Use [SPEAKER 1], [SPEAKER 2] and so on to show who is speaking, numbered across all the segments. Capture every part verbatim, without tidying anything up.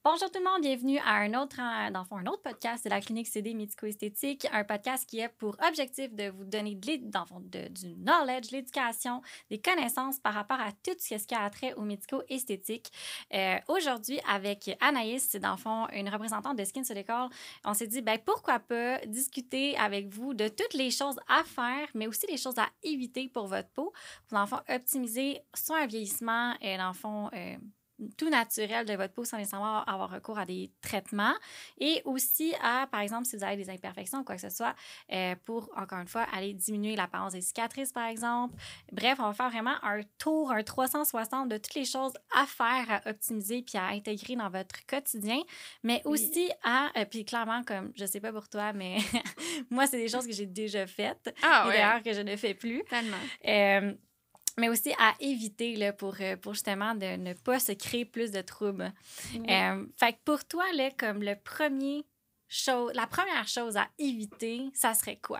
[SPEAKER 1] Bonjour tout le monde, bienvenue à un autre, euh, dans le fond, un autre podcast de la clinique C D Médico-Esthétique, un podcast qui est pour objectif de vous donner de, l'é- dans le fond, de- du knowledge, l'éducation, des connaissances par rapport à tout ce qui a trait au médico-esthétique. Euh, aujourd'hui, avec Anaïs, c'est dans le fond une représentante de Skin Surgical, on s'est dit, ben pourquoi pas discuter avec vous de toutes les choses à faire, mais aussi les choses à éviter pour votre peau, pour dans le fond optimiser soit un vieillissement, et dans le fond... euh, tout naturel de votre peau sans nécessairement avoir recours à des traitements et aussi à, par exemple, si vous avez des imperfections ou quoi que ce soit, euh, pour, encore une fois, aller diminuer l'apparence des cicatrices, par exemple. Bref, on va faire vraiment un tour, un trois cent soixante de toutes les choses à faire, à optimiser puis à intégrer dans votre quotidien, mais aussi oui. à, euh, puis clairement, comme, je sais pas pour toi, mais moi, c'est des choses que j'ai déjà faites
[SPEAKER 2] ah,
[SPEAKER 1] et
[SPEAKER 2] ouais.
[SPEAKER 1] d'ailleurs que je ne fais plus.
[SPEAKER 2] Tellement.
[SPEAKER 1] Euh, mais aussi à éviter là, pour, pour justement de ne pas se créer plus de troubles. Oui. Euh, fait que pour toi, là, comme le premier chose, la première chose à éviter, ça serait quoi?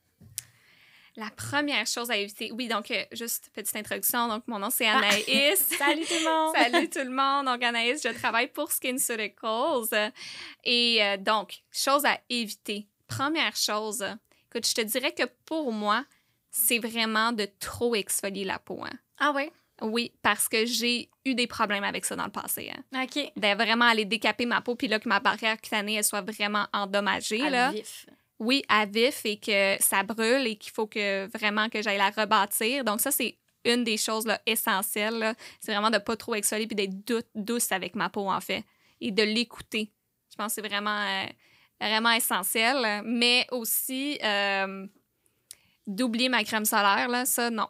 [SPEAKER 2] La première chose à éviter, oui, donc, euh, juste petite introduction, donc mon nom c'est Anaïs.
[SPEAKER 1] Salut tout le monde!
[SPEAKER 2] Salut tout le monde! Donc Anaïs, je travaille pour Skin Surgical. Et euh, donc, chose à éviter. Première chose, écoute, je te dirais que pour moi, c'est vraiment de trop exfolier la peau. Hein.
[SPEAKER 1] Ah oui?
[SPEAKER 2] Oui, parce que j'ai eu des problèmes avec ça dans le passé. Hein.
[SPEAKER 1] OK.
[SPEAKER 2] De vraiment aller décaper ma peau, puis là, que ma barrière cutanée, elle soit vraiment endommagée.
[SPEAKER 1] À
[SPEAKER 2] là.
[SPEAKER 1] vif.
[SPEAKER 2] Oui, à vif, et que ça brûle et qu'il faut que vraiment que j'aille la rebâtir. Donc ça, c'est une des choses là, essentielles. Là. C'est vraiment de ne pas trop exfolier puis d'être dou- douce avec ma peau, en fait, et de l'écouter. Je pense que c'est vraiment, euh, vraiment essentiel. Mais aussi... Euh, d'oublier ma crème solaire, là, ça, non.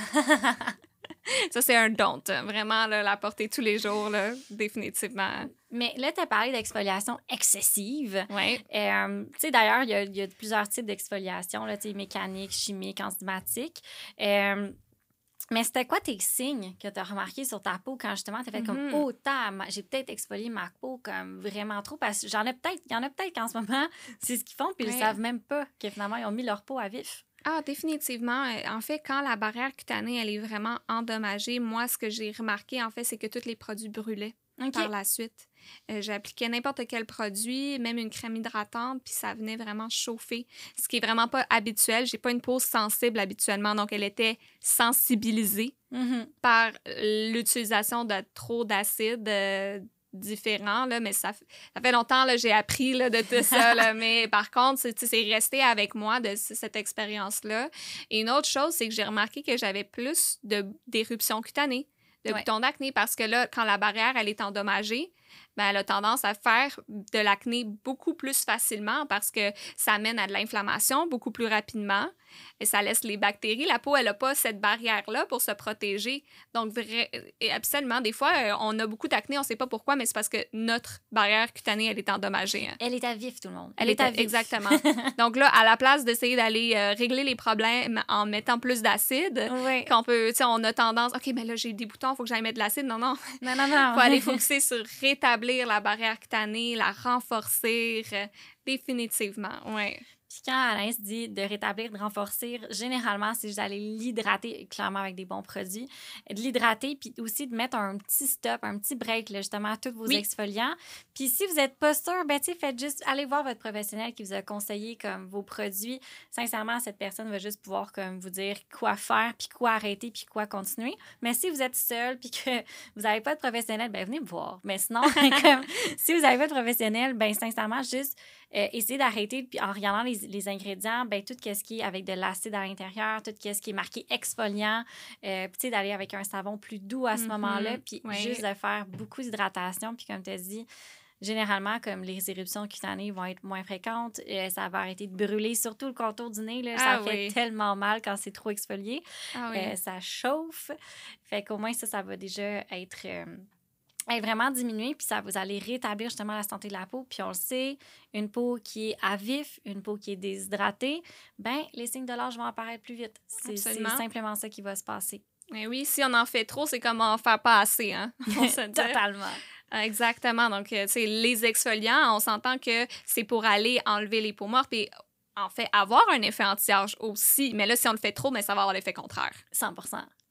[SPEAKER 2] Ça, c'est un don't. Vraiment, là, la porter tous les jours, là, définitivement.
[SPEAKER 1] Mais là, tu as parlé d'exfoliation excessive.
[SPEAKER 2] Oui.
[SPEAKER 1] Euh, tu sais, d'ailleurs, il y a, y a plusieurs types d'exfoliation, là, tu sais, mécanique, chimique, enzymatique. Euh, mais c'était quoi tes signes que tu as remarqués sur ta peau quand justement tu as fait mm-hmm. comme oh, tam, j'ai peut-être exfolié ma peau comme vraiment trop parce que j'en ai peut-être, il y en a peut-être qu'en ce moment, c'est ce qu'ils font, puis oui. Ils savent même pas que finalement, ils ont mis leur peau à vif.
[SPEAKER 2] Ah, définitivement. En fait, quand la barrière cutanée, elle est vraiment endommagée, moi, ce que j'ai remarqué, en fait, c'est que tous les produits brûlaient okay. par la suite. Euh, j'appliquais n'importe quel produit, même une crème hydratante, puis ça venait vraiment chauffer, ce qui est vraiment pas habituel. J'ai pas une peau sensible habituellement, donc elle était sensibilisée mm-hmm. par l'utilisation de trop d'acide euh, différents, là, mais ça, ça fait longtemps que j'ai appris là, de tout ça, là, mais par contre, c'est, c'est resté avec moi de cette expérience-là. Et une autre chose, c'est que j'ai remarqué que j'avais plus de, d'éruptions cutanées, de ouais. boutons d'acné, parce que là, quand la barrière, elle est endommagée, ben, elle a tendance à faire de l'acné beaucoup plus facilement parce que ça mène à de l'inflammation beaucoup plus rapidement et ça laisse les bactéries. La peau, elle n'a pas cette barrière-là pour se protéger. Donc, vrai, et absolument, des fois, on a beaucoup d'acné, on ne sait pas pourquoi, mais c'est parce que notre barrière cutanée, elle est endommagée. Hein.
[SPEAKER 1] Elle est à vif, tout le monde.
[SPEAKER 2] Elle, elle est à vif. Exactement. Donc là, à la place d'essayer d'aller euh, régler les problèmes en mettant plus d'acide,
[SPEAKER 1] oui.
[SPEAKER 2] qu'on peut, tu sais, on a tendance, OK, mais là, j'ai des boutons, il faut que j'aille mettre de l'acide. Non, non.
[SPEAKER 1] Non, non, non.
[SPEAKER 2] Il faut aller focusser sur rétablir la barrière cutanée, la renforcer, euh, définitivement, oui.
[SPEAKER 1] Puis quand Anaïs dit de rétablir, de renforcer, généralement, c'est juste d'aller l'hydrater, clairement avec des bons produits, de l'hydrater, puis aussi de mettre un petit stop, un petit break, là, justement, à tous vos oui. exfoliants. Puis si vous n'êtes pas sûr, ben, tu sais, faites juste, allez voir votre professionnel qui vous a conseillé comme vos produits. Sincèrement, cette personne va juste pouvoir comme vous dire quoi faire, puis quoi arrêter, puis quoi continuer. Mais si vous êtes seul, puis que vous n'avez pas de professionnel, ben venez me voir. Mais sinon, comme, si vous n'avez pas de professionnel, ben sincèrement, juste euh, essayez d'arrêter, puis en regardant les les ingrédients, ben tout ce qui est avec de l'acide à l'intérieur, tout ce qui est marqué exfoliant, euh, tu sais, d'aller avec un savon plus doux à ce mm-hmm. moment-là, puis oui. juste de faire beaucoup d'hydratation, puis comme tu as dit, généralement, comme les éruptions cutanées vont être moins fréquentes, euh, ça va arrêter de brûler, surtout le contour du nez, là,
[SPEAKER 2] ah,
[SPEAKER 1] ça fait
[SPEAKER 2] oui.
[SPEAKER 1] tellement mal quand c'est trop exfolié,
[SPEAKER 2] ah, oui.
[SPEAKER 1] euh, ça chauffe, fait qu'au moins ça, ça va déjà être... Euh, est vraiment diminuée, puis ça vous allez rétablir justement la santé de la peau. Puis on le sait, une peau qui est à vif, une peau qui est déshydratée, ben les signes de l'âge vont apparaître plus vite. C'est, c'est simplement ça qui va se passer.
[SPEAKER 2] Mais oui, si on en fait trop, c'est comme en faire pas assez, hein? On se dit.
[SPEAKER 1] Totalement.
[SPEAKER 2] Exactement. Donc, tu sais, les exfoliants, on s'entend que c'est pour aller enlever les peaux mortes, puis en fait, avoir un effet anti-âge aussi. Mais là, si on le fait trop, mais ça va avoir l'effet contraire.
[SPEAKER 1] cent pour cent.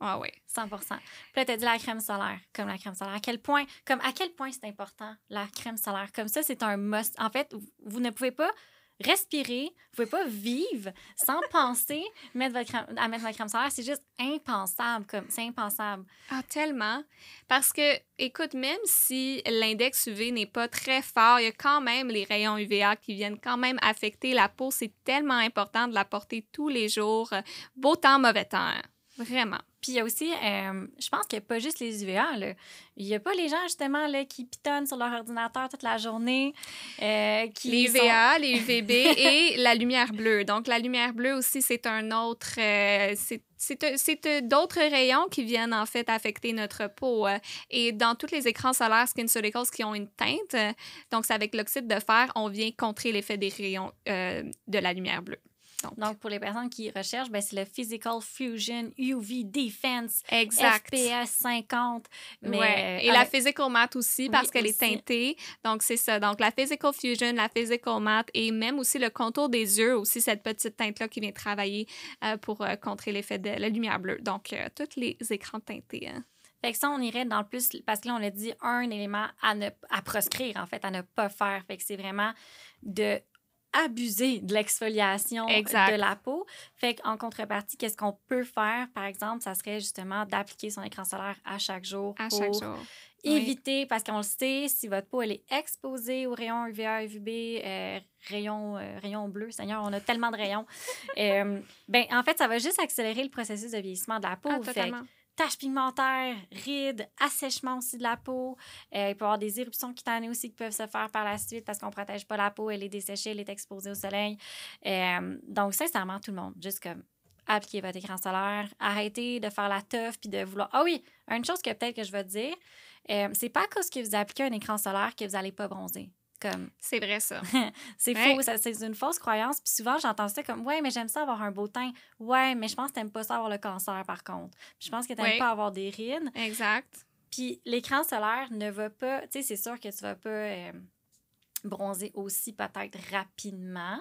[SPEAKER 2] Ah oui.
[SPEAKER 1] cent pour cent. Puis là, tu as dit la crème solaire, comme la crème solaire. À quel point, comme à quel point c'est important, la crème solaire. Comme ça, c'est un must. En fait, vous ne pouvez pas respirer, vous ne pouvez pas vivre sans penser mettre votre crème, à mettre votre crème solaire. C'est juste impensable. Comme, c'est impensable.
[SPEAKER 2] Ah, tellement. Parce que, écoute, même si l'index U V n'est pas très fort, il y a quand même les rayons U V A qui viennent quand même affecter la peau. C'est tellement important de la porter tous les jours, beau temps, mauvais temps. Vraiment.
[SPEAKER 1] Puis il y a aussi, euh, je pense qu'il n'y a pas juste les U V A, là. Il n'y a pas les gens, justement, là, qui pitonnent sur leur ordinateur toute la journée. Euh, qui
[SPEAKER 2] les U V A,
[SPEAKER 1] sont...
[SPEAKER 2] les U V B et la lumière bleue. Donc, la lumière bleue aussi, c'est un autre... Euh, c'est c'est, c'est d'autres rayons qui viennent, en fait, affecter notre peau. Et dans tous les écrans solaires SkinCeuticals qui ont une teinte, donc c'est avec l'oxyde de fer, on vient contrer l'effet des rayons euh, de la lumière bleue.
[SPEAKER 1] Donc, Donc, pour les personnes qui recherchent, ben, c'est le Physical Fusion U V Defense
[SPEAKER 2] exact.
[SPEAKER 1] F P S cinquante.
[SPEAKER 2] Mais, ouais. Et avec... la Physical Matte aussi, parce oui, qu'elle aussi. est teintée. Donc, c'est ça. Donc, la Physical Fusion, la Physical Matte et même aussi le contour des yeux, aussi cette petite teinte-là qui vient travailler euh, pour euh, contrer l'effet de la lumière bleue. Donc, euh, tous les écrans teintés. Hein.
[SPEAKER 1] Fait que ça, on irait dans le plus, parce que là, on a dit un élément à, ne, à proscrire, en fait, à ne pas faire. Fait que c'est vraiment de abuser de l'exfoliation
[SPEAKER 2] exact.
[SPEAKER 1] de la peau. Fait qu'en contrepartie, qu'est-ce qu'on peut faire, par exemple, ça serait justement d'appliquer son écran solaire à chaque jour
[SPEAKER 2] à
[SPEAKER 1] pour
[SPEAKER 2] chaque jour.
[SPEAKER 1] éviter,
[SPEAKER 2] oui.
[SPEAKER 1] parce qu'on le sait, si votre peau elle est exposée aux rayons U V A, U V B, euh, rayons, euh, rayons bleus, Seigneur, on a tellement de rayons, euh, ben en fait, ça va juste accélérer le processus de vieillissement de la peau.
[SPEAKER 2] Ah, totalement.
[SPEAKER 1] Fait taches pigmentaires, rides, assèchement aussi de la peau. Euh, il peut y avoir des éruptions cutanées aussi qui peuvent se faire par la suite parce qu'on ne protège pas la peau, elle est desséchée, elle est exposée au soleil. Euh, donc, sincèrement, tout le monde, juste comme appliquez votre écran solaire, arrêtez de faire la teuf puis de vouloir... Ah oui, une chose que peut-être que je vais te dire, euh, c'est pas à cause que vous appliquez un écran solaire que vous n'allez pas bronzer. Comme...
[SPEAKER 2] C'est vrai, ça.
[SPEAKER 1] c'est
[SPEAKER 2] ouais.
[SPEAKER 1] faux, ça, c'est une fausse croyance. Puis souvent, j'entends ça comme « Ouais, mais j'aime ça avoir un beau teint. Ouais, mais je pense que t'aimes pas ça avoir le cancer, par contre. Puis je pense que t'aimes
[SPEAKER 2] ouais.
[SPEAKER 1] pas avoir des rides. »
[SPEAKER 2] Exact.
[SPEAKER 1] Puis l'écran solaire ne va pas... Tu sais, c'est sûr que tu vas pas euh, bronzer aussi peut-être rapidement,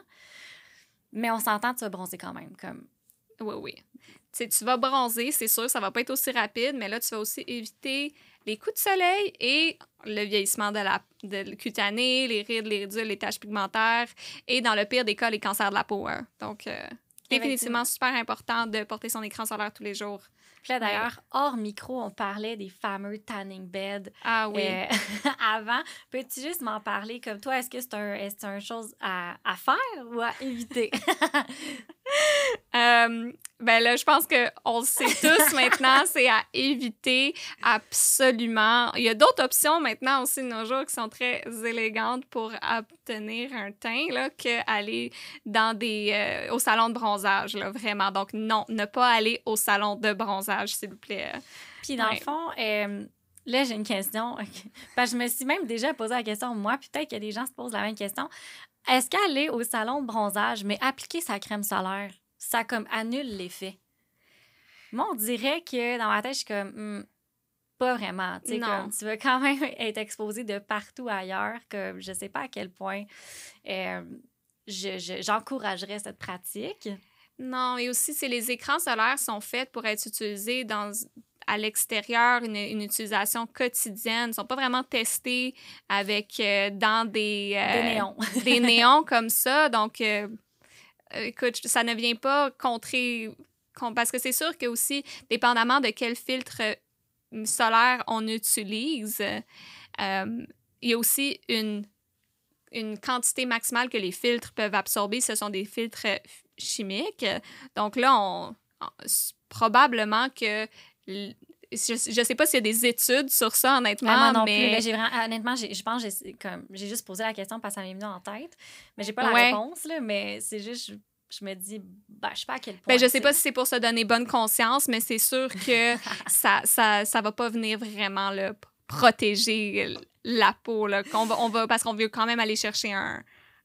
[SPEAKER 1] mais on s'entend que tu vas bronzer quand même. Comme...
[SPEAKER 2] Oui, oui. Tu sais, tu vas bronzer, c'est sûr, ça va pas être aussi rapide, mais là, tu vas aussi éviter les coups de soleil et le vieillissement de la de cutané, les rides, les ridules, les taches pigmentaires et, dans le pire des cas, les cancers de la peau. Hein. Donc, euh, définitivement super important de porter son écran solaire tous les jours.
[SPEAKER 1] Puis là, d'ailleurs, ouais. hors micro, on parlait des fameux tanning beds.
[SPEAKER 2] Ah oui.
[SPEAKER 1] Euh, avant, peux-tu juste m'en parler? Comme toi, est-ce que c'est un, est-ce que c'est une chose à, à faire ou à éviter?
[SPEAKER 2] euh, ben là, je pense qu'on le sait tous maintenant, c'est à éviter absolument. Il y a d'autres options maintenant aussi de nos jours qui sont très élégantes pour obtenir un teint là, qu'aller dans des, euh, au salon de bronzage, là, vraiment. Donc non, ne pas aller au salon de bronzage, s'il vous plaît.
[SPEAKER 1] Puis dans
[SPEAKER 2] ouais.
[SPEAKER 1] le fond, euh, là, j'ai une question. Parce que je me suis même déjà posé la question, moi, puis peut-être que des gens se posent la même question. Est-ce qu'aller au salon de bronzage, mais appliquer sa crème solaire, ça comme annule l'effet? Moi, on dirait que dans ma tête, je suis comme, hmm, pas vraiment. Tu sais, comme, tu vas quand même être exposé de partout ailleurs, que je sais pas à quel point euh, je, je, j'encouragerais cette pratique.
[SPEAKER 2] Non, et aussi, c'est les écrans solaires sont faits pour être utilisés dans... à l'extérieur, une, une utilisation quotidienne. Ils ne sont pas vraiment testés avec euh, dans des... Euh,
[SPEAKER 1] des néons.
[SPEAKER 2] des néons comme ça. Donc, euh, écoute, ça ne vient pas contrer... Parce que c'est sûr que aussi, dépendamment de quel filtre solaire on utilise, euh, il y a aussi une, une quantité maximale que les filtres peuvent absorber. Ce sont des filtres chimiques. Donc là, on, on probablement que... Je ne sais pas s'il y a des études sur ça, honnêtement.
[SPEAKER 1] Moi non
[SPEAKER 2] mais...
[SPEAKER 1] plus. Mais j'ai vraiment, honnêtement, j'ai, je pense que j'ai, comme, j'ai juste posé la question parce que ça m'est venu en tête. Mais j'ai pas la
[SPEAKER 2] ouais.
[SPEAKER 1] réponse, là, mais c'est juste... Je, je me dis, ben, je sais pas à quel point.
[SPEAKER 2] Ben, je sais pas si c'est pour se donner bonne conscience, mais c'est sûr que ça, ça, ça va pas venir vraiment là, protéger la peau. Là, qu'on va, on va, parce qu'on veut quand même aller chercher un,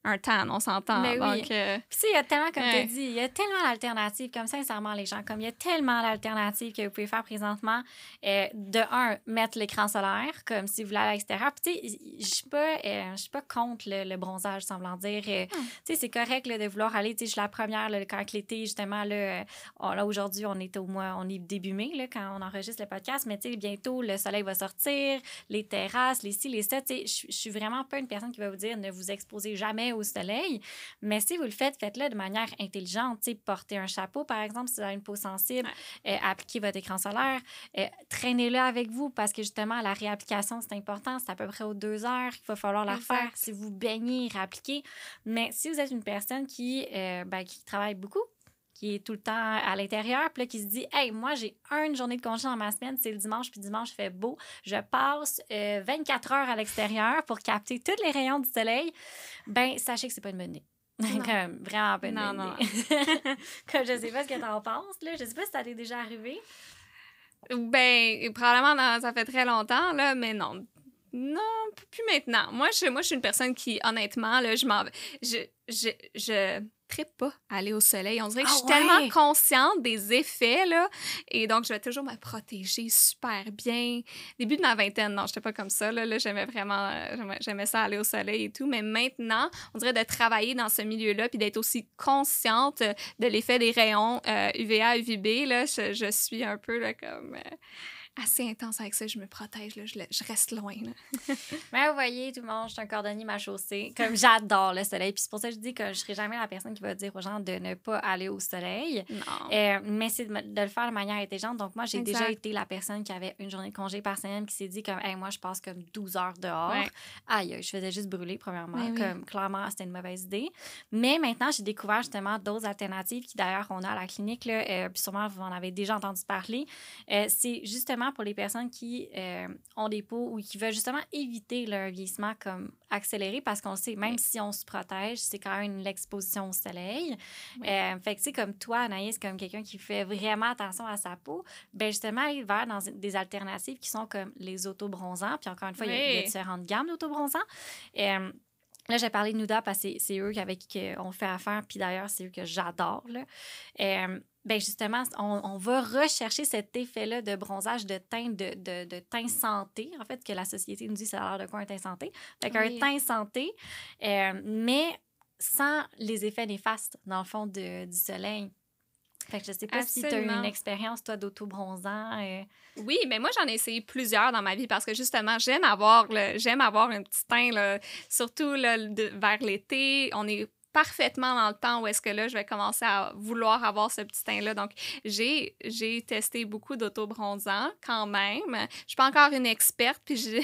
[SPEAKER 2] un tan, on s'entend.
[SPEAKER 1] Mais oui.
[SPEAKER 2] Donc, euh...
[SPEAKER 1] Puis, tu sais, il y a tellement, comme
[SPEAKER 2] ouais.
[SPEAKER 1] tu as dit, il y a tellement d'alternatives, comme sincèrement, les gens, comme il y a tellement d'alternatives que vous pouvez faire présentement. Euh, de un, mettre l'écran solaire, comme si vous voulez aller à l'extérieur. Puis, tu sais, je suis pas, euh, je suis pas contre le, le bronzage, semblant dire. Euh,
[SPEAKER 2] hum.
[SPEAKER 1] Tu sais, c'est correct là, de vouloir aller. Tu sais, je suis la première, là, quand l'été, justement, là, oh, là aujourd'hui, on est au mois, on est début mai, là, quand on enregistre le podcast, mais tu sais, bientôt, le soleil va sortir, les terrasses, les ci, les ça. Tu sais, je suis vraiment pas une personne qui va vous dire ne vous exposez jamais au soleil, mais si vous le faites, faites-le de manière intelligente. Tu sais, portez un chapeau, par exemple, si vous avez une peau sensible, ouais. euh, appliquez votre écran solaire, euh, traînez-le avec vous parce que justement, la réapplication, c'est important. C'est à peu près aux deux heures qu'il va falloir la exact. Faire. Si vous baignez, réappliquez. Mais si vous êtes une personne qui, euh, ben, qui travaille beaucoup, qui est tout le temps à l'intérieur, puis là, qui se dit « Hey, moi, j'ai une journée de congé dans ma semaine, c'est le dimanche, puis dimanche, il fait beau. Je passe euh, vingt-quatre heures à l'extérieur pour capter tous les rayons du soleil. » Ben, sachez que c'est pas une bonne idée. Comme, vraiment pas une
[SPEAKER 2] non,
[SPEAKER 1] bonne
[SPEAKER 2] non.
[SPEAKER 1] idée. Comme, je sais pas ce que t'en penses, là. Je sais pas si ça t'est déjà arrivé.
[SPEAKER 2] Ben, probablement, dans, ça fait très longtemps, là, mais non. Non, plus maintenant. Moi, je, moi, je suis une personne qui, honnêtement, là, je m'en je, je, je trippe pas à aller au soleil. On dirait que ah, je suis ouais? tellement consciente des effets, là, et donc je vais toujours me protéger super bien. Début de ma vingtaine, non, j'étais pas comme ça, là, là j'aimais vraiment, j'aimais, j'aimais ça aller au soleil et tout, mais maintenant, on dirait de travailler dans ce milieu-là puis d'être aussi consciente de l'effet des rayons euh, U V A, U V B, là, je, je suis un peu, là, comme... Euh, assez intense avec ça, je me protège, là, je, je reste loin. Là.
[SPEAKER 1] Mais vous voyez, tout le monde, je suis un cordonnier ma chaussée. Comme j'adore le soleil. Puis c'est pour ça que je dis que je ne serai jamais la personne qui va dire aux gens de ne pas aller au soleil.
[SPEAKER 2] Non.
[SPEAKER 1] Euh, mais c'est de, de le faire de manière intelligente. Donc moi, j'ai
[SPEAKER 2] exact.
[SPEAKER 1] déjà été la personne qui avait une journée de congé par semaine qui s'est dit comme, hey, moi, je passe comme douze heures dehors.
[SPEAKER 2] Ouais.
[SPEAKER 1] Aïe, je faisais juste brûler, premièrement.
[SPEAKER 2] Oui.
[SPEAKER 1] Comme clairement, c'était une mauvaise idée. Mais maintenant, j'ai découvert justement d'autres alternatives qui, d'ailleurs, on a à la clinique. Là, euh, puis sûrement, vous en avez déjà entendu parler. Euh, c'est justement pour les personnes qui qui euh, ont des peaux ou qui veulent justement éviter leur vieillissement comme accéléré parce qu'on sait, même oui. si on se protège, c'est quand même l'exposition au soleil. Oui. Euh, fait que, tu sais, comme toi, Anaïs, comme quelqu'un qui fait vraiment attention à sa peau, ben justement, aller vers dans des alternatives qui sont comme les autobronzants. Puis encore une fois, il oui. y, y a différentes gammes d'autobronzants. Euh, Là, j'ai parlé de Nuda parce que c'est, c'est eux avec qui on fait affaire. Puis d'ailleurs, c'est eux que j'adore. Là. Euh, ben justement, on, on va rechercher cet effet-là de bronzage, de teint, de, de, de teint santé. En fait, que la société nous dit, ça a l'air de quoi un teint santé? Fait qu'un oui. teint santé, euh, mais sans les effets néfastes, dans le fond, de, du soleil. Fait que je sais pas Absolument. Si tu as eu une expérience, toi, d'autobronzant. Euh...
[SPEAKER 2] Oui, mais moi, j'en ai essayé plusieurs dans ma vie parce que, justement, j'aime avoir, le, j'aime avoir un petit teint, là, surtout là, de, vers l'été. On est parfaitement dans le temps où est-ce que là, je vais commencer à vouloir avoir ce petit teint-là. Donc, j'ai, j'ai testé beaucoup d'autobronzants quand même. Je suis pas encore une experte, puis je...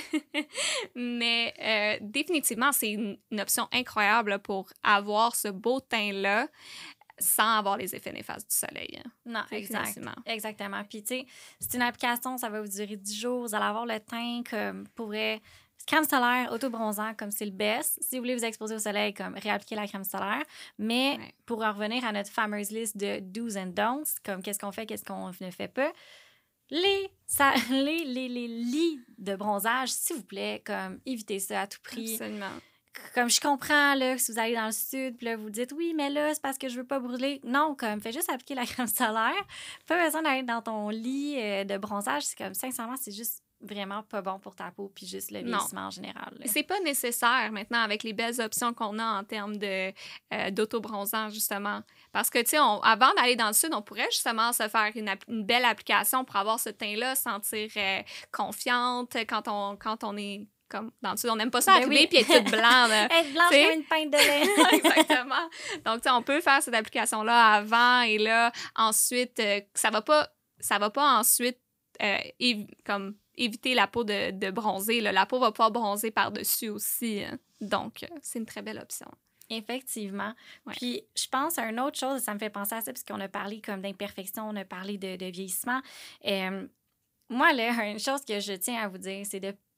[SPEAKER 2] mais euh, définitivement, c'est une, une option incroyable là, pour avoir ce beau teint-là sans avoir les effets néfastes du soleil. Hein.
[SPEAKER 1] Non, exact, exactement. Puis, tu sais, c'est une application, ça va vous durer dix jours. Vous allez avoir le teint comme pourrait... Crème solaire, autobronzant, comme c'est le best. Si vous voulez vous exposer au soleil, comme réappliquer la crème solaire. Mais ouais. pour en revenir à notre fameuse liste de do's and don'ts, comme qu'est-ce qu'on fait, qu'est-ce qu'on ne fait pas, les, ça, les, les, les lits de bronzage, s'il vous plaît, comme évitez ça à tout prix.
[SPEAKER 2] Absolument.
[SPEAKER 1] Comme je comprends, là, si vous allez dans le sud, puis là, vous dites, oui, mais là, c'est parce que je veux pas brûler. Non, comme, fais juste appliquer la crème solaire. Pas besoin d'aller dans ton lit euh, de bronzage. C'est comme, sincèrement, c'est juste vraiment pas bon pour ta peau, puis juste le vieillissement en général. Là.
[SPEAKER 2] C'est pas nécessaire maintenant avec les belles options qu'on a en termes de, euh, d'autobronzant, justement. Parce que, tu sais, avant d'aller dans le sud, on pourrait justement se faire une, une belle application pour avoir ce teint-là, sentir euh, confiante quand on, quand on est... Comme dans le sud, on n'aime pas ça ben arriver oui. Puis être toute blanche.
[SPEAKER 1] Être blanche comme une pinte de lait.
[SPEAKER 2] Exactement. Donc, tu sais, on peut faire cette application-là avant et là, ensuite, euh, ça va pas, ça va pas ensuite euh, év- comme éviter la peau de, de bronzer. Là. La peau va pouvoir bronzer par-dessus aussi. Hein. Donc, euh, c'est une très belle option.
[SPEAKER 1] Effectivement.
[SPEAKER 2] Ouais.
[SPEAKER 1] Puis, je pense à une autre chose, ça me fait penser à ça, parce qu'on a parlé comme d'imperfection, on a parlé de, de vieillissement. Euh, moi, là, une chose que je tiens à vous dire, c'est de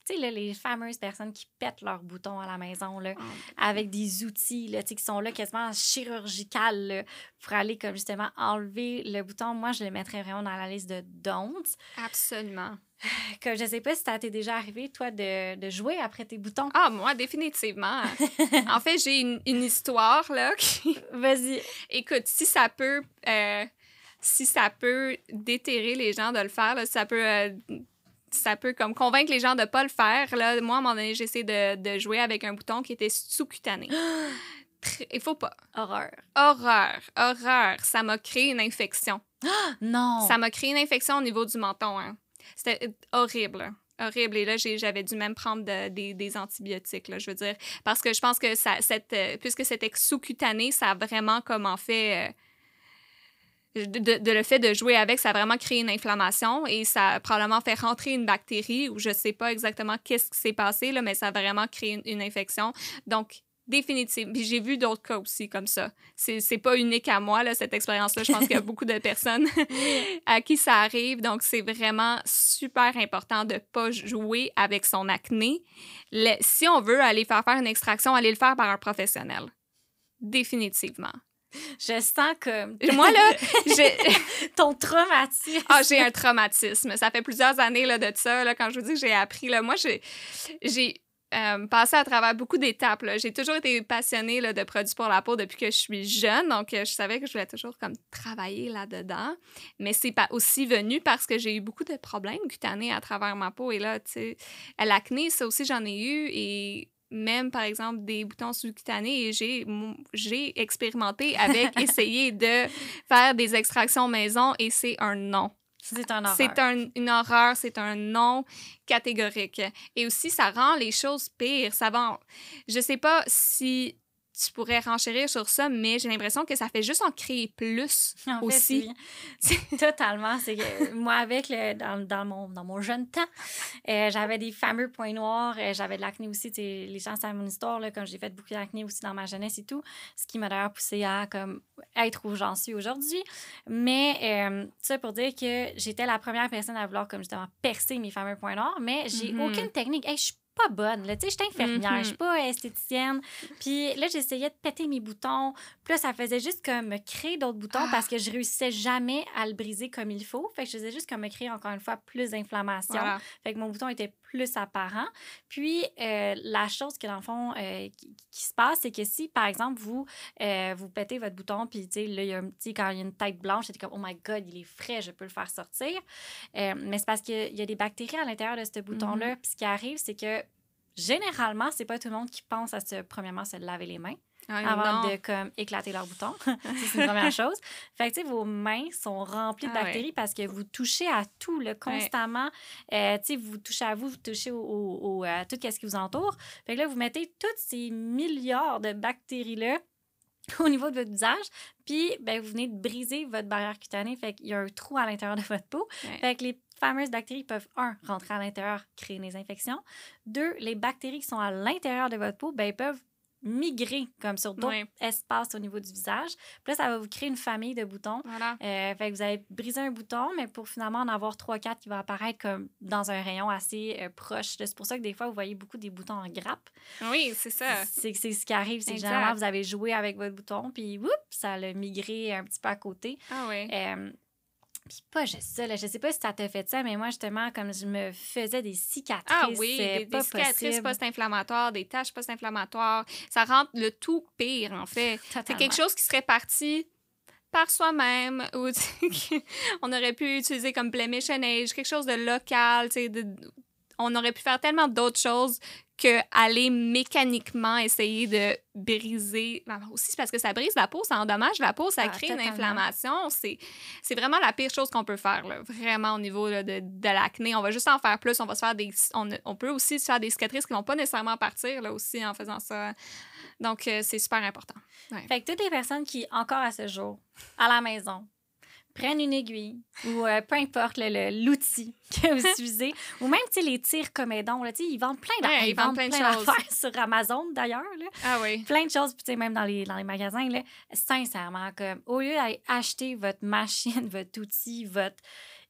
[SPEAKER 1] Tu sais, là, les fameuses personnes qui pètent leurs boutons à la maison, là,
[SPEAKER 2] Oh.
[SPEAKER 1] avec des outils, là, tu sais, qui sont là quasiment chirurgicales, là, pour aller, comme justement, enlever le bouton. Moi, je le mettrais vraiment dans la liste de don'ts.
[SPEAKER 2] Absolument.
[SPEAKER 1] Comme je sais pas si ça t'est déjà arrivé, toi, de, de jouer après tes boutons.
[SPEAKER 2] Ah, moi, définitivement. En fait, j'ai une, une histoire, là, qui...
[SPEAKER 1] Vas-y.
[SPEAKER 2] Écoute, si ça peut... Euh, si ça peut déterrer les gens de le faire, là, si ça peut... Euh, ça peut comme convaincre les gens de pas le faire. Là, moi, à un moment donné, j'ai essayé de, de jouer avec un bouton qui était sous-cutané. Il faut pas.
[SPEAKER 1] Horreur.
[SPEAKER 2] Horreur. Horreur. Ça m'a créé une infection.
[SPEAKER 1] Non!
[SPEAKER 2] Ça m'a créé une infection au niveau du menton. Hein. C'était horrible. Horrible. Et là, j'ai, j'avais dû même prendre de, des, des antibiotiques, là, je veux dire. Parce que je pense que ça, cette, euh, puisque c'était sous-cutané, ça a vraiment comme en fait... Euh, De, de, de le fait de jouer avec, ça a vraiment créé une inflammation et ça a probablement fait rentrer une bactérie ou je sais pas exactement qu'est-ce qui s'est passé, là, mais ça a vraiment créé une, une infection. Donc, définitivement. Puis j'ai vu d'autres cas aussi comme ça. C'est, c'est pas unique à moi, là, cette expérience-là. Je pense qu'il y a beaucoup de personnes à qui ça arrive. Donc, c'est vraiment super important de pas jouer avec son acné. Le, si on veut aller faire faire une extraction, aller le faire par un professionnel. Définitivement.
[SPEAKER 1] Je sens comme...
[SPEAKER 2] Moi, là, j'ai...
[SPEAKER 1] Ton traumatisme.
[SPEAKER 2] Ah, j'ai un traumatisme. Ça fait plusieurs années là, de ça, là, quand je vous dis que j'ai appris. Là, moi, j'ai, j'ai euh, passé à travers beaucoup d'étapes. Là. J'ai toujours été passionnée là, de produits pour la peau depuis que je suis jeune. Donc, euh, je savais que je voulais toujours comme travailler là-dedans. Mais c'est pas aussi venu parce que j'ai eu beaucoup de problèmes cutanés à travers ma peau. Et là, tu sais, l'acné, ça aussi, j'en ai eu. Et... même, par exemple, des boutons sous-cutanés, et j'ai, j'ai expérimenté avec essayer de faire des extractions maison et c'est un non.
[SPEAKER 1] C'est un horreur.
[SPEAKER 2] C'est un, une horreur, c'est un non catégorique. Et aussi, ça rend les choses pires. Ça va... Je sais pas si tu pourrais renchérir sur ça, mais j'ai l'impression que ça fait juste en créer plus
[SPEAKER 1] en
[SPEAKER 2] aussi.
[SPEAKER 1] Fait, oui. Totalement. C'est que moi, avec le, dans, dans, mon, dans mon jeune temps, euh, j'avais des fameux points noirs. Euh, j'avais de l'acné aussi. Les gens savent mon histoire, là, quand j'ai fait beaucoup d'acné aussi dans ma jeunesse et tout. Ce qui m'a d'ailleurs poussée à comme, être où j'en suis aujourd'hui. Mais euh, ça pour dire que j'étais la première personne à vouloir comme justement percer mes fameux points noirs, mais j'ai mm-hmm. aucune technique. Hey, je suis pas bonne, là. Tu sais, j'étais infirmière, mm-hmm. je suis pas esthéticienne. Puis là, j'essayais de péter mes boutons. Puis là, ça faisait juste comme me créer d'autres boutons ah. parce que je réussissais jamais à le briser comme il faut. Fait que je faisais juste comme me créer, encore une fois, plus d'inflammation. Voilà. Fait que mon bouton était plus apparent. Puis, euh, la chose que, dans le fond, euh, qui, qui se passe, c'est que si, par exemple, vous, euh, vous pétez votre bouton, puis, tu sais, là, il y a un petit, quand il y a une tête blanche, c'était comme, oh my God, il est frais, je peux le faire sortir. Euh, mais c'est parce qu'il y a des bactéries à l'intérieur de ce bouton-là. Mm-hmm. Puis, ce qui arrive, c'est que, généralement, c'est pas tout le monde qui pense à se, premièrement, se laver les mains. Ah, avant non. de comme éclater leurs boutons. C'est une première chose. Fait que, tu sais, vos mains sont remplies de ah, bactéries ouais. parce que vous touchez à tout, là, constamment. Ouais. Euh, tu sais, vous touchez à vous, vous touchez au, au, au, à tout ce qui vous entoure. Fait que là, vous mettez tous ces milliards de bactéries-là au niveau de votre visage, puis ben, vous venez de briser votre barrière cutanée. Fait qu'il y a un trou à l'intérieur de votre peau. Ouais. Fait que les fameuses bactéries peuvent, un, rentrer à l'intérieur, créer des infections. Deux, les bactéries qui sont à l'intérieur de votre peau, ben, ils peuvent migrer comme sur d'autres oui. espaces au niveau du visage. Puis là, ça va vous créer une famille de boutons. Voilà. Euh, fait que vous allez briser un bouton, mais pour finalement en avoir trois quatre qui vont apparaître comme dans un rayon assez euh, proche. C'est pour ça que des fois, vous voyez beaucoup des boutons en grappe.
[SPEAKER 2] Oui, c'est ça.
[SPEAKER 1] C'est, c'est ce qui arrive. C'est exact. Que généralement, vous avez joué avec votre bouton, puis whoop, ça l'a migré un petit peu à côté.
[SPEAKER 2] Ah oui.
[SPEAKER 1] Euh, Puis pas juste ça, là. Je sais pas si ça t'a fait ça, mais moi, justement, comme je me faisais des cicatrices.
[SPEAKER 2] Ah oui, des, pas des cicatrices possible. Post-inflammatoires, des taches post-inflammatoires. Ça rend le tout pire, en fait. Totalement. C'est quelque chose qui serait parti par soi-même, ou on aurait pu utiliser comme blemish and age, quelque chose de local, tu sais, de... on aurait pu faire tellement d'autres choses qu'aller mécaniquement essayer de briser... Ben aussi, c'est parce que ça brise la peau, ça endommage la peau, ça ah, crée totalement. Une inflammation. C'est, c'est vraiment la pire chose qu'on peut faire, là, vraiment, au niveau là, de, de l'acné. On va juste en faire plus, on va se faire des... On, on peut aussi se faire des cicatrices qui ne vont pas nécessairement partir, là, aussi, en faisant ça. Donc, euh, c'est super important. Ouais.
[SPEAKER 1] Fait que toutes les personnes qui, encore à ce jour, à la maison, prennent une aiguille ou euh, peu importe le, le, l'outil que vous utilisez, ou même les tires comédons, là, ils vendent plein d'affaires. Ouais, ils, ils vendent plein, plein de d'affaires sur Amazon, d'ailleurs. Là.
[SPEAKER 2] Ah oui.
[SPEAKER 1] Plein de choses, puis même dans les, dans les magasins, là, sincèrement, comme, au lieu d'aller acheter votre machine, votre outil, votre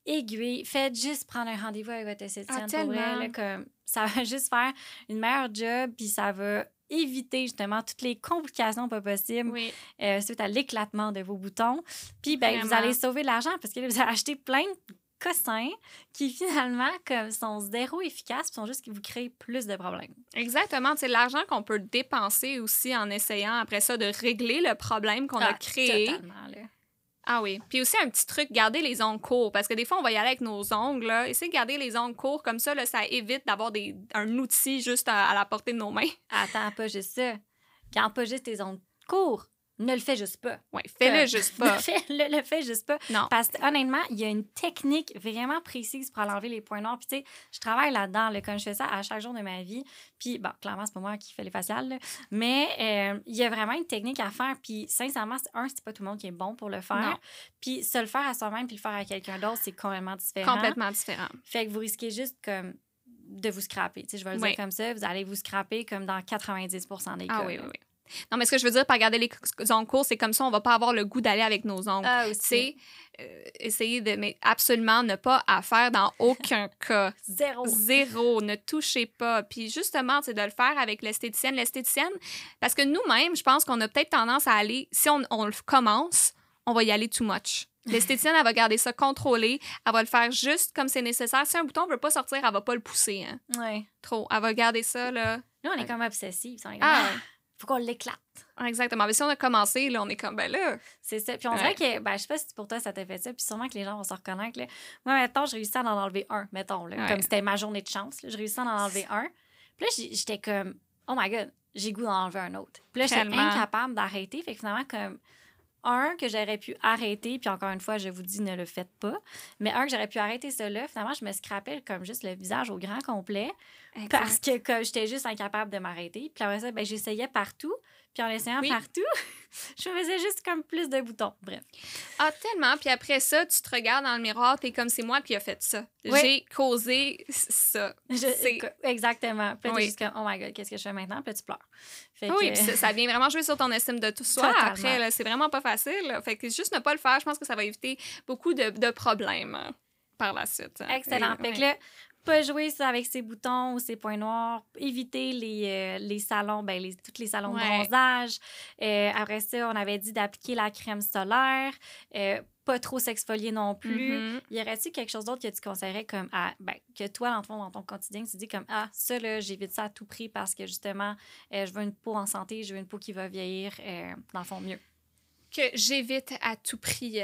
[SPEAKER 1] aiguille. Faites juste prendre un rendez-vous avec votre esthéticienne.
[SPEAKER 2] Ah,
[SPEAKER 1] pour vrai, là, comme, ça va juste faire une meilleure job, puis ça va éviter justement toutes les complications pas possibles
[SPEAKER 2] Oui.
[SPEAKER 1] euh, suite à l'éclatement de vos boutons. Puis ben, vous
[SPEAKER 2] Vraiment.
[SPEAKER 1] allez sauver de l'argent parce que là, vous allez acheter plein de cossins qui finalement comme, sont zéro efficaces puis sont juste qui vous créent plus de problèmes.
[SPEAKER 2] Exactement. C'est l'argent qu'on peut dépenser aussi en essayant après ça de régler le problème qu'on
[SPEAKER 1] Ah,
[SPEAKER 2] a créé.
[SPEAKER 1] Totalement, là.
[SPEAKER 2] Ah oui. Puis aussi, un petit truc, garder les ongles courts. Parce que des fois, on va y aller avec nos ongles. Là. Essayez de garder les ongles courts. Comme ça, là, ça évite d'avoir des, un outil juste à, à la portée de nos mains.
[SPEAKER 1] Attends, pas juste ça. Garde pas juste tes ongles courts. Ne le fais juste pas.
[SPEAKER 2] Oui, fais-le
[SPEAKER 1] Comme-
[SPEAKER 2] juste pas.
[SPEAKER 1] le, le fais juste pas.
[SPEAKER 2] Non.
[SPEAKER 1] Parce que honnêtement, il y a une technique vraiment précise pour aller enlever les points noirs. Puis tu sais, je travaille là-dedans, là, comme je fais ça à chaque jour de ma vie. Puis bon, clairement, c'est pas moi qui fais les faciales, là. Mais euh, il y a vraiment une technique à faire. Puis sincèrement, c'est, un, c'est pas tout le monde qui est bon pour le faire.
[SPEAKER 2] Non.
[SPEAKER 1] Puis se le faire à soi-même puis le faire à quelqu'un d'autre, c'est complètement différent.
[SPEAKER 2] Complètement différent.
[SPEAKER 1] Fait que vous risquez juste comme de vous scraper. Tu sais, je vais le
[SPEAKER 2] Oui.
[SPEAKER 1] dire comme ça. Vous allez vous scraper comme dans quatre-vingt-dix pour cent des cas.
[SPEAKER 2] Ah oui,
[SPEAKER 1] là.
[SPEAKER 2] oui, oui. Non, mais ce que je veux dire par garder les ongles courts, c'est comme ça, on va pas avoir le goût d'aller avec nos ongles.
[SPEAKER 1] Ah, aussi.
[SPEAKER 2] C'est euh, essayer de... Mais absolument ne pas à faire dans aucun cas.
[SPEAKER 1] Zéro.
[SPEAKER 2] Zéro. Ne touchez pas. Puis justement, c'est de le faire avec l'esthéticienne. L'esthéticienne, parce que nous-mêmes, je pense qu'on a peut-être tendance à aller... Si on, on le commence, on va y aller too much. L'esthéticienne, elle va garder ça contrôlé. Elle va le faire juste comme c'est nécessaire. Si un bouton ne veut pas sortir, elle va pas le pousser. Hein.
[SPEAKER 1] Ouais.
[SPEAKER 2] Trop. Elle va garder ça, là.
[SPEAKER 1] Nous, on est
[SPEAKER 2] Ouais.
[SPEAKER 1] comme obsessifs. On est comme,
[SPEAKER 2] Ah,
[SPEAKER 1] ah, faut qu'on l'éclate.
[SPEAKER 2] exactement. Mais si on a commencé, là, on est comme, ben là...
[SPEAKER 1] C'est ça. Puis on
[SPEAKER 2] Ouais.
[SPEAKER 1] dirait que, ben, je sais pas si pour toi ça t'a fait ça, puis sûrement que les gens vont se reconnaître. Là. Moi, mettons, je réussis à en enlever un, mettons, là,
[SPEAKER 2] Ouais.
[SPEAKER 1] comme c'était ma journée de chance. Là, je réussis à en enlever un. Puis là, j'ai- j'étais comme, oh my God, j'ai goût d'en enlever un autre. Puis là, j'étais
[SPEAKER 2] Tellement.
[SPEAKER 1] incapable d'arrêter. Fait que finalement, comme, un que j'aurais pu arrêter, puis encore une fois, je vous dis, ne le faites pas, mais un que j'aurais pu arrêter ça là, finalement, je me scrapais comme juste le visage au grand complet.
[SPEAKER 2] Exact.
[SPEAKER 1] Parce que comme j'étais juste incapable de m'arrêter. Puis après ça, ben, j'essayais partout. Puis en essayant
[SPEAKER 2] Oui.
[SPEAKER 1] partout, je me faisais juste comme plus de boutons. Bref.
[SPEAKER 2] Ah, tellement. Puis après ça, tu te regardes dans le miroir, t'es comme, c'est moi qui a fait ça.
[SPEAKER 1] Oui.
[SPEAKER 2] J'ai causé ça.
[SPEAKER 1] Je-
[SPEAKER 2] C'est-
[SPEAKER 1] Exactement. Puis là, t'es
[SPEAKER 2] Oui.
[SPEAKER 1] juste comme, oh my God, qu'est-ce que je fais maintenant? Puis là, tu pleures. Fait
[SPEAKER 2] Oui,
[SPEAKER 1] que-
[SPEAKER 2] puis ça, ça vient vraiment jouer sur ton estime de tout soi.
[SPEAKER 1] Totalement.
[SPEAKER 2] Après, là, c'est vraiment pas facile. là. Fait que juste ne pas le faire, je pense que ça va éviter beaucoup de, de problèmes euh, par la suite. hein.
[SPEAKER 1] Excellent.
[SPEAKER 2] Et-
[SPEAKER 1] Fait que
[SPEAKER 2] oui.
[SPEAKER 1] là, pas jouer ça avec ses boutons ou ses points noirs. Éviter les, euh, les salons, ben, les, tous les salons de
[SPEAKER 2] Ouais.
[SPEAKER 1] bronzage. Euh, après ça, on avait dit d'appliquer la crème solaire. Euh, pas trop s'exfolier non plus.
[SPEAKER 2] Mhm.
[SPEAKER 1] Y aurait-il quelque chose d'autre que tu conseillerais comme à, ben, que toi, dans ton, dans ton quotidien, tu dis comme, ah, ça, là, j'évite ça à tout prix parce que justement, euh, je veux une peau en santé, je veux une peau qui va vieillir, euh, dans le fond, mieux.
[SPEAKER 2] Que j'évite à tout prix.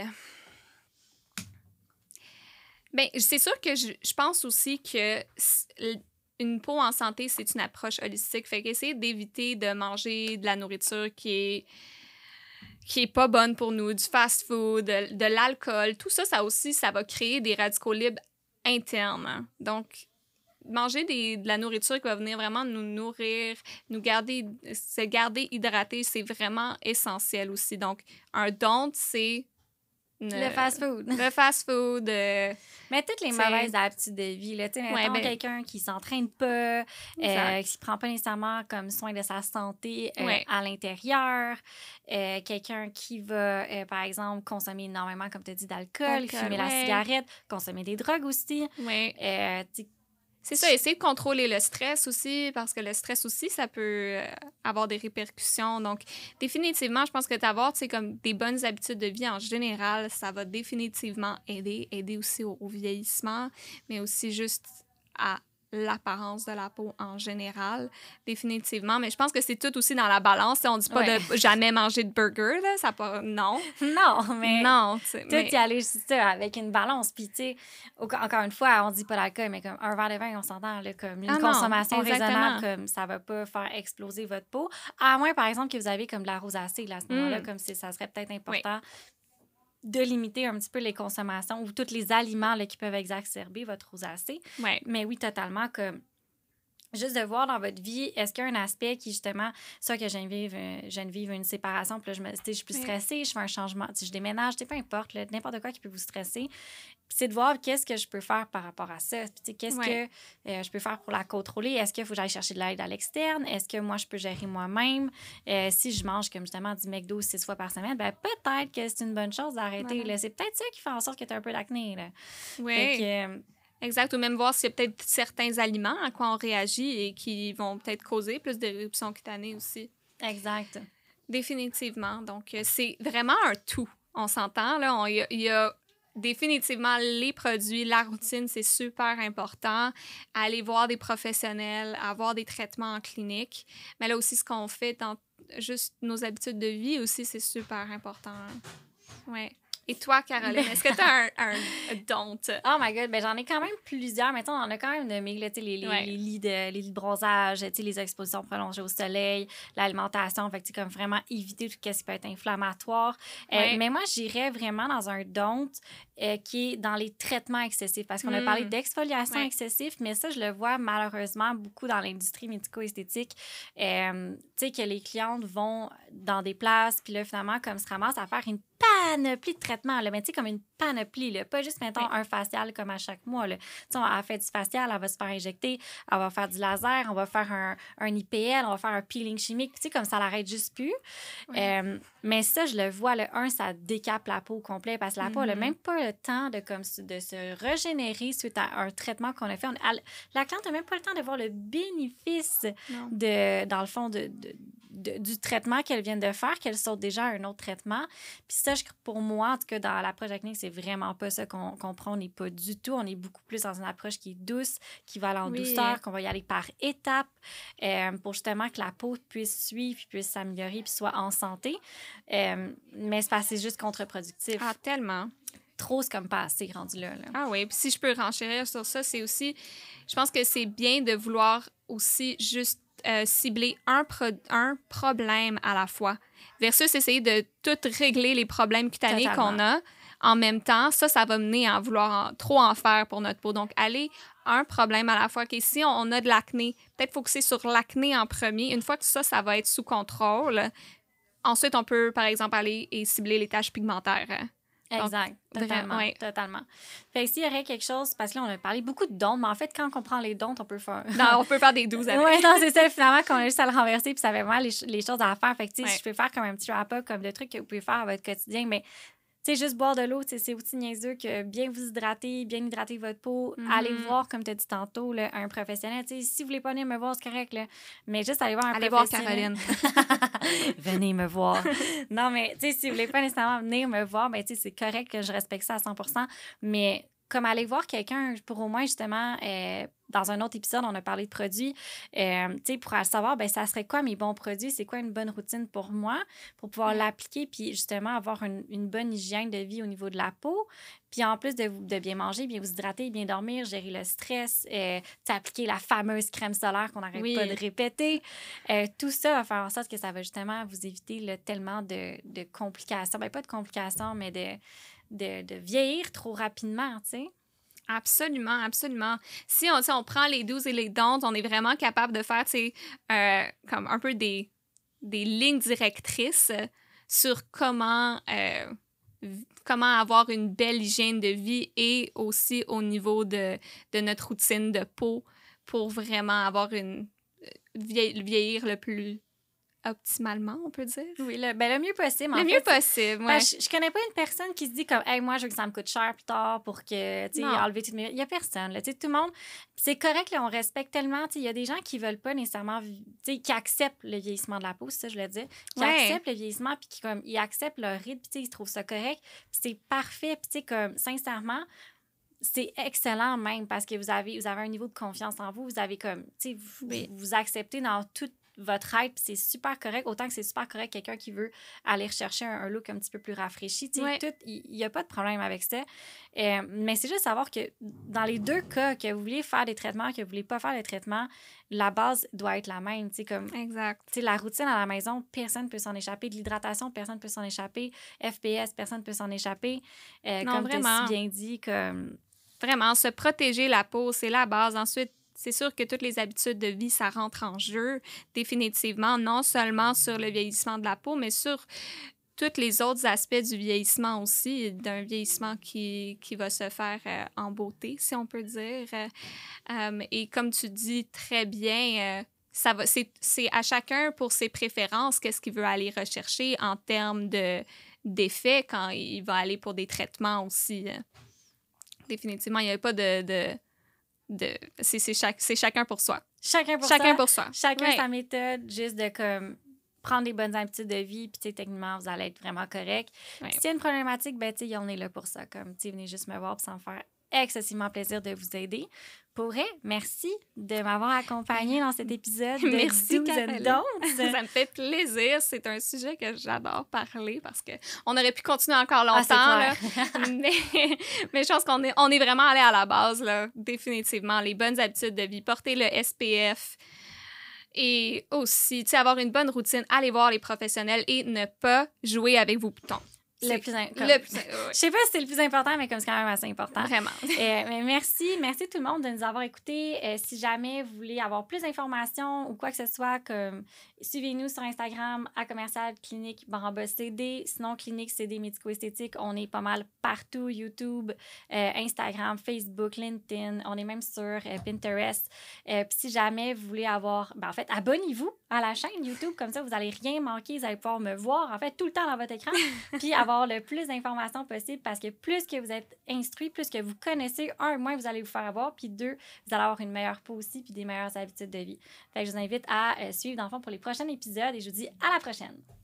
[SPEAKER 2] Bien, c'est sûr que je, je pense aussi que s- l- une peau en santé, c'est une approche holistique. Fait qu'essayer d'éviter de manger de la nourriture qui est qui est pas bonne pour nous, du fast-food, de, de l'alcool, tout ça, ça aussi, ça va créer des radicaux libres internes. hein. Donc, manger des, de la nourriture qui va venir vraiment nous nourrir, nous garder, se garder hydraté, c'est vraiment essentiel aussi. Donc, un don, c'est... ne-
[SPEAKER 1] Le fast-food.
[SPEAKER 2] Le fast-food. euh,
[SPEAKER 1] Mais toutes les
[SPEAKER 2] T'sais-
[SPEAKER 1] mauvaises habitudes de vie, là, tu sais,
[SPEAKER 2] Ouais,
[SPEAKER 1] mettons
[SPEAKER 2] ben-
[SPEAKER 1] quelqu'un qui s'entraîne pas, euh,
[SPEAKER 2] Exact.
[SPEAKER 1] qui prend pas nécessairement comme soin de sa santé euh,
[SPEAKER 2] Ouais.
[SPEAKER 1] à l'intérieur, euh, quelqu'un qui va, euh, par exemple, consommer énormément, comme tu as dit, d'alcool,
[SPEAKER 2] D'alcool,
[SPEAKER 1] fumer la
[SPEAKER 2] ouais.
[SPEAKER 1] cigarette, consommer des drogues aussi.
[SPEAKER 2] ouais.
[SPEAKER 1] Euh, tu sais,
[SPEAKER 2] C'est ça, essayer de contrôler le stress aussi, parce que le stress aussi, ça peut euh, avoir des répercussions. Donc, définitivement, je pense que d'avoir, tu sais, comme des bonnes habitudes de vie en général, ça va définitivement aider, aider aussi au, au vieillissement, mais aussi juste à l'apparence de la peau en général, définitivement. Mais je pense que c'est tout aussi dans la balance. Tu sais, on dit pas
[SPEAKER 1] Ouais.
[SPEAKER 2] de jamais manger de burger, là, ça pas... Non.
[SPEAKER 1] non, mais...
[SPEAKER 2] Non, tu sais,
[SPEAKER 1] Tout
[SPEAKER 2] mais-
[SPEAKER 1] y aller c'est ça, avec une balance. Puis, tu sais, au- encore une fois, on dit pas l'alcool, mais comme un verre de vin, on s'entend, là, comme une
[SPEAKER 2] Ah non,
[SPEAKER 1] consommation
[SPEAKER 2] exactement.
[SPEAKER 1] raisonnable, comme ça va pas faire exploser votre peau. À moins, par exemple, que vous avez comme de la rosacée, là, à ce moment-là,
[SPEAKER 2] Mm.
[SPEAKER 1] comme si ça serait peut-être important de limiter un petit peu les consommations ou tous les aliments là, qui peuvent exacerber votre rosacée.
[SPEAKER 2] Ouais.
[SPEAKER 1] Mais oui, totalement, comme juste de voir dans votre vie, est-ce qu'il y a un aspect qui, justement, soit que Geneviève, euh, Geneviève a une séparation, puis là, je, me, je suis plus stressée, je fais un changement, je déménage, peu importe, là, n'importe quoi qui peut vous stresser. Puis c'est de voir qu'est-ce que je peux faire par rapport à ça. Puis qu'est-ce ouais. que euh, je peux faire pour la contrôler. Est-ce qu'il faut que j'aille chercher de l'aide à l'externe? Est-ce que moi, je peux gérer moi-même? Euh, si je mange, comme justement, du McDo six fois par semaine, ben peut-être que c'est une bonne chose d'arrêter. Voilà. C'est peut-être ça qui fait en sorte que tu as un peu d'acné.
[SPEAKER 2] Oui. Euh, Exact, ou même voir s'il y a peut-être certains aliments à quoi on réagit et qui vont peut-être causer plus d'éruptions cutanées aussi.
[SPEAKER 1] Exact.
[SPEAKER 2] Définitivement. Donc, c'est vraiment un tout. On s'entend, là. Il y, y a définitivement les produits, la routine, c'est super important. Aller voir des professionnels, avoir des traitements en clinique. Mais là aussi, ce qu'on fait dans juste nos habitudes de vie aussi, c'est super important. Ouais. Et toi, Caroline, est-ce que tu as un, un, un don't?
[SPEAKER 1] Oh my God, ben j'en ai quand même plusieurs. Mais on en a quand même nommé là, les, les, ouais. les, lits de, les lits de bronzage, les expositions prolongées au soleil, l'alimentation. Fait que, comme vraiment éviter tout ce qui peut être inflammatoire. Ouais. Euh, mais moi, j'irais vraiment dans un don't euh, qui est dans les traitements excessifs. Parce qu'on mm. a parlé d'exfoliation ouais. excessive, mais ça, je le vois malheureusement beaucoup dans l'industrie médico-esthétique. Euh, tu sais, que les clientes vont dans des places, puis là, finalement, comme se ramassent à faire une panoplie de traitements, là, mais tu sais, comme une panoplie, là, pas juste, mettons, oui. un facial comme à chaque mois. Tu sais, on a fait du facial, elle va se faire injecter, elle va faire du laser, on va faire un, un I P L, on va faire un peeling chimique, tu sais, comme ça l'arrête juste plus. Oui. Euh, mais ça, je le vois, le un, ça décape la peau au complet parce que la mm-hmm. peau, elle n'a même pas le temps de, comme, de se régénérer suite à un traitement qu'on a fait. On, elle, la cliente n'a même pas le temps de voir le bénéfice, de, dans le fond, de, de De, du traitement qu'elles viennent de faire, qu'elles sautent déjà à un autre traitement. Puis ça, je, pour moi, en tout cas, dans l'approche acné, c'est vraiment pas ça qu'on, qu'on prend. On n'est pas du tout. On est beaucoup plus dans une approche qui est douce, qui va aller en oui. douceur, qu'on va y aller par étapes euh, pour justement que la peau puisse suivre, puis puisse s'améliorer, puis soit en santé. Euh, mais c'est, pas, c'est juste contre-productif.
[SPEAKER 2] Ah, tellement.
[SPEAKER 1] Trop, c'est comme pas assez rendu là, là.
[SPEAKER 2] Ah oui, puis si je peux renchérir sur ça, c'est aussi... Je pense que c'est bien de vouloir aussi juste Euh, cibler un, pro- un problème à la fois versus essayer de tout régler les problèmes cutanés Totalement. Qu'on a en même temps. Ça, ça va mener à vouloir en, trop en faire pour notre peau. Donc, aller un problème à la fois. Okay, si on a de l'acné, peut-être focuser sur l'acné en premier. Une fois que ça, ça va être sous contrôle, ensuite, on peut, par exemple, aller et cibler les taches pigmentaires.
[SPEAKER 1] Exact, donc, totalement, ouais. totalement. Fait que s'il y aurait quelque chose, parce que là, on a parlé beaucoup de dons, mais en fait, quand on comprend les dons, on peut faire...
[SPEAKER 2] non, on peut faire des douze avec.
[SPEAKER 1] Oui, non, c'est ça, finalement, qu'on a juste à le renverser, puis ça fait vraiment les, les choses à faire. Fait que, tu sais, ouais. je peux faire comme un petit wrap-up, comme de trucs que vous pouvez faire à votre quotidien, mais... Tu sais, juste boire de l'eau, c'est aussi niaiseux que bien vous hydrater, bien hydrater votre peau. Mm-hmm. Allez voir, comme tu as dit tantôt, là, un professionnel. Tu sais, si vous voulez pas venir me voir, c'est correct, là. Mais juste aller voir un
[SPEAKER 2] allez
[SPEAKER 1] professionnel.
[SPEAKER 2] Allez voir
[SPEAKER 1] Caroline. Venez me voir. Non, mais tu sais, si vous voulez pas nécessairement venir me voir, ben, tu sais, c'est correct que je respecte ça à cent pour cent. Mais comme aller voir quelqu'un pour au moins, justement, euh, dans un autre épisode, on a parlé de produits, euh, tu sais, pour savoir, ben ça serait quoi mes bons produits, c'est quoi une bonne routine pour moi, pour pouvoir l'appliquer, puis justement avoir une, une bonne hygiène de vie au niveau de la peau, puis en plus de, de bien manger, bien vous hydrater, bien dormir, gérer le stress, euh, tu sais, appliquer la fameuse crème solaire qu'on n'arrête oui. pas de répéter. Euh, tout ça va faire en sorte que ça va justement vous éviter là, tellement de, de complications, ben pas de complications, mais de... De, de vieillir trop rapidement, tu sais.
[SPEAKER 2] Absolument, absolument. Si on, si on prend les douze et les don'ts, on est vraiment capable de faire, tu sais, euh, comme un peu des, des lignes directrices sur comment, euh, comment avoir une belle hygiène de vie et aussi au niveau de, de notre routine de peau pour vraiment avoir une vieillir le plus optimalement, on peut dire.
[SPEAKER 1] Oui, le, ben, le mieux possible.
[SPEAKER 2] Le
[SPEAKER 1] en
[SPEAKER 2] mieux
[SPEAKER 1] fait,
[SPEAKER 2] possible,
[SPEAKER 1] oui.
[SPEAKER 2] Je,
[SPEAKER 1] je connais pas une personne qui se dit comme, hey, moi, je veux que ça me coûte cher plus tard pour que, tu sais, enlever toutes mes... Il y a personne, là. Tu sais, tout le monde... C'est correct, là, on respecte tellement, tu sais, il y a des gens qui veulent pas nécessairement, tu sais, qui acceptent le vieillissement de la peau, c'est ça, je voulais dire. Qui ouais. acceptent le vieillissement, puis qui, comme, ils acceptent leur rythme, puis, tu sais, ils trouvent ça correct, puis c'est parfait, puis, tu sais, comme, sincèrement... C'est excellent même parce que vous avez, vous avez un niveau de confiance en vous. Vous avez comme, tu sais, vous, oui. vous acceptez dans toute votre aide, puis c'est super correct. Autant que c'est super correct quelqu'un qui veut aller rechercher un, un look un petit peu plus rafraîchi. Tu sais, tout, il n'y a pas de problème avec ça. Euh, mais c'est juste savoir que dans les deux cas, que vous vouliez faire des traitements, que vous ne voulez pas faire des traitements, la base doit être la même. Tu sais, comme,
[SPEAKER 2] exact.
[SPEAKER 1] Tu sais, la routine à la maison, personne ne peut s'en échapper. De l'hydratation, personne ne peut s'en échapper. F P S, personne ne peut s'en échapper. Euh,
[SPEAKER 2] non,
[SPEAKER 1] comme tu
[SPEAKER 2] as
[SPEAKER 1] si bien dit, comme...
[SPEAKER 2] Vraiment, se protéger la peau, c'est la base. Ensuite, C'est sûr que toutes les habitudes de vie, ça rentre en jeu définitivement, non seulement sur le vieillissement de la peau, mais sur tous les autres aspects du vieillissement aussi, d'un vieillissement qui, qui va se faire euh, en beauté, si on peut dire. Euh, et comme tu dis très bien, euh, ça va, c'est, c'est à chacun pour ses préférences, qu'est-ce qu'il veut aller rechercher en termes de, d'effets quand il va aller pour des traitements aussi. Euh. Définitivement, il n'y avait pas de... de, de c'est, c'est, chaque, c'est chacun pour soi.
[SPEAKER 1] Chacun pour
[SPEAKER 2] chacun
[SPEAKER 1] soi.
[SPEAKER 2] pour soi.
[SPEAKER 1] Chacun
[SPEAKER 2] ouais.
[SPEAKER 1] sa méthode, juste de comme... prendre des bonnes habitudes de vie, puis, tu sais, techniquement, vous allez être vraiment correct. Ouais. S'il y a une problématique, ben, tu sais, on est là pour ça. Comme, tu sais, venez juste me voir, puis ça me faire excessivement plaisir de vous aider. Pour vrai, merci de m'avoir accompagnée dans cet épisode de
[SPEAKER 2] merci,
[SPEAKER 1] Do's and Don'ts.
[SPEAKER 2] Ça me fait plaisir. C'est un sujet que j'adore parler parce qu'on aurait pu continuer encore longtemps. Ah, là. mais, mais je pense qu'on est, on est vraiment allé à la base, là, définitivement. Les bonnes habitudes de vie, porter le S P F. Et aussi, tu sais, avoir une bonne routine, aller voir les professionnels et ne pas jouer avec vos boutons.
[SPEAKER 1] Le plus, in- comme...
[SPEAKER 2] le plus... Ouais.
[SPEAKER 1] Je sais pas si c'est le plus important, mais comme c'est quand même assez important.
[SPEAKER 2] Vraiment.
[SPEAKER 1] euh, mais merci. Merci tout le monde de nous avoir écoutés. Euh, si jamais vous voulez avoir plus d'informations ou quoi que ce soit, comme suivez-nous sur Instagram à commercial clinique baramba C D. Sinon, clinique C D médico-esthétique, on est pas mal partout. YouTube, euh, Instagram, Facebook, LinkedIn. On est même sur euh, Pinterest. Euh, Puis si jamais vous voulez avoir... Ben, en fait, abonnez-vous à la chaîne YouTube. Comme ça, vous n'allez rien manquer. Vous allez pouvoir me voir, en fait, tout le temps dans votre écran. Puis avoir le plus d'informations possible parce que plus que vous êtes instruit, plus que vous connaissez, un, moins vous allez vous faire avoir, puis deux, vous allez avoir une meilleure peau aussi puis des meilleures habitudes de vie. Fait que je vous invite à euh, suivre dans le fond pour les prochains épisodes et je vous dis à la prochaine!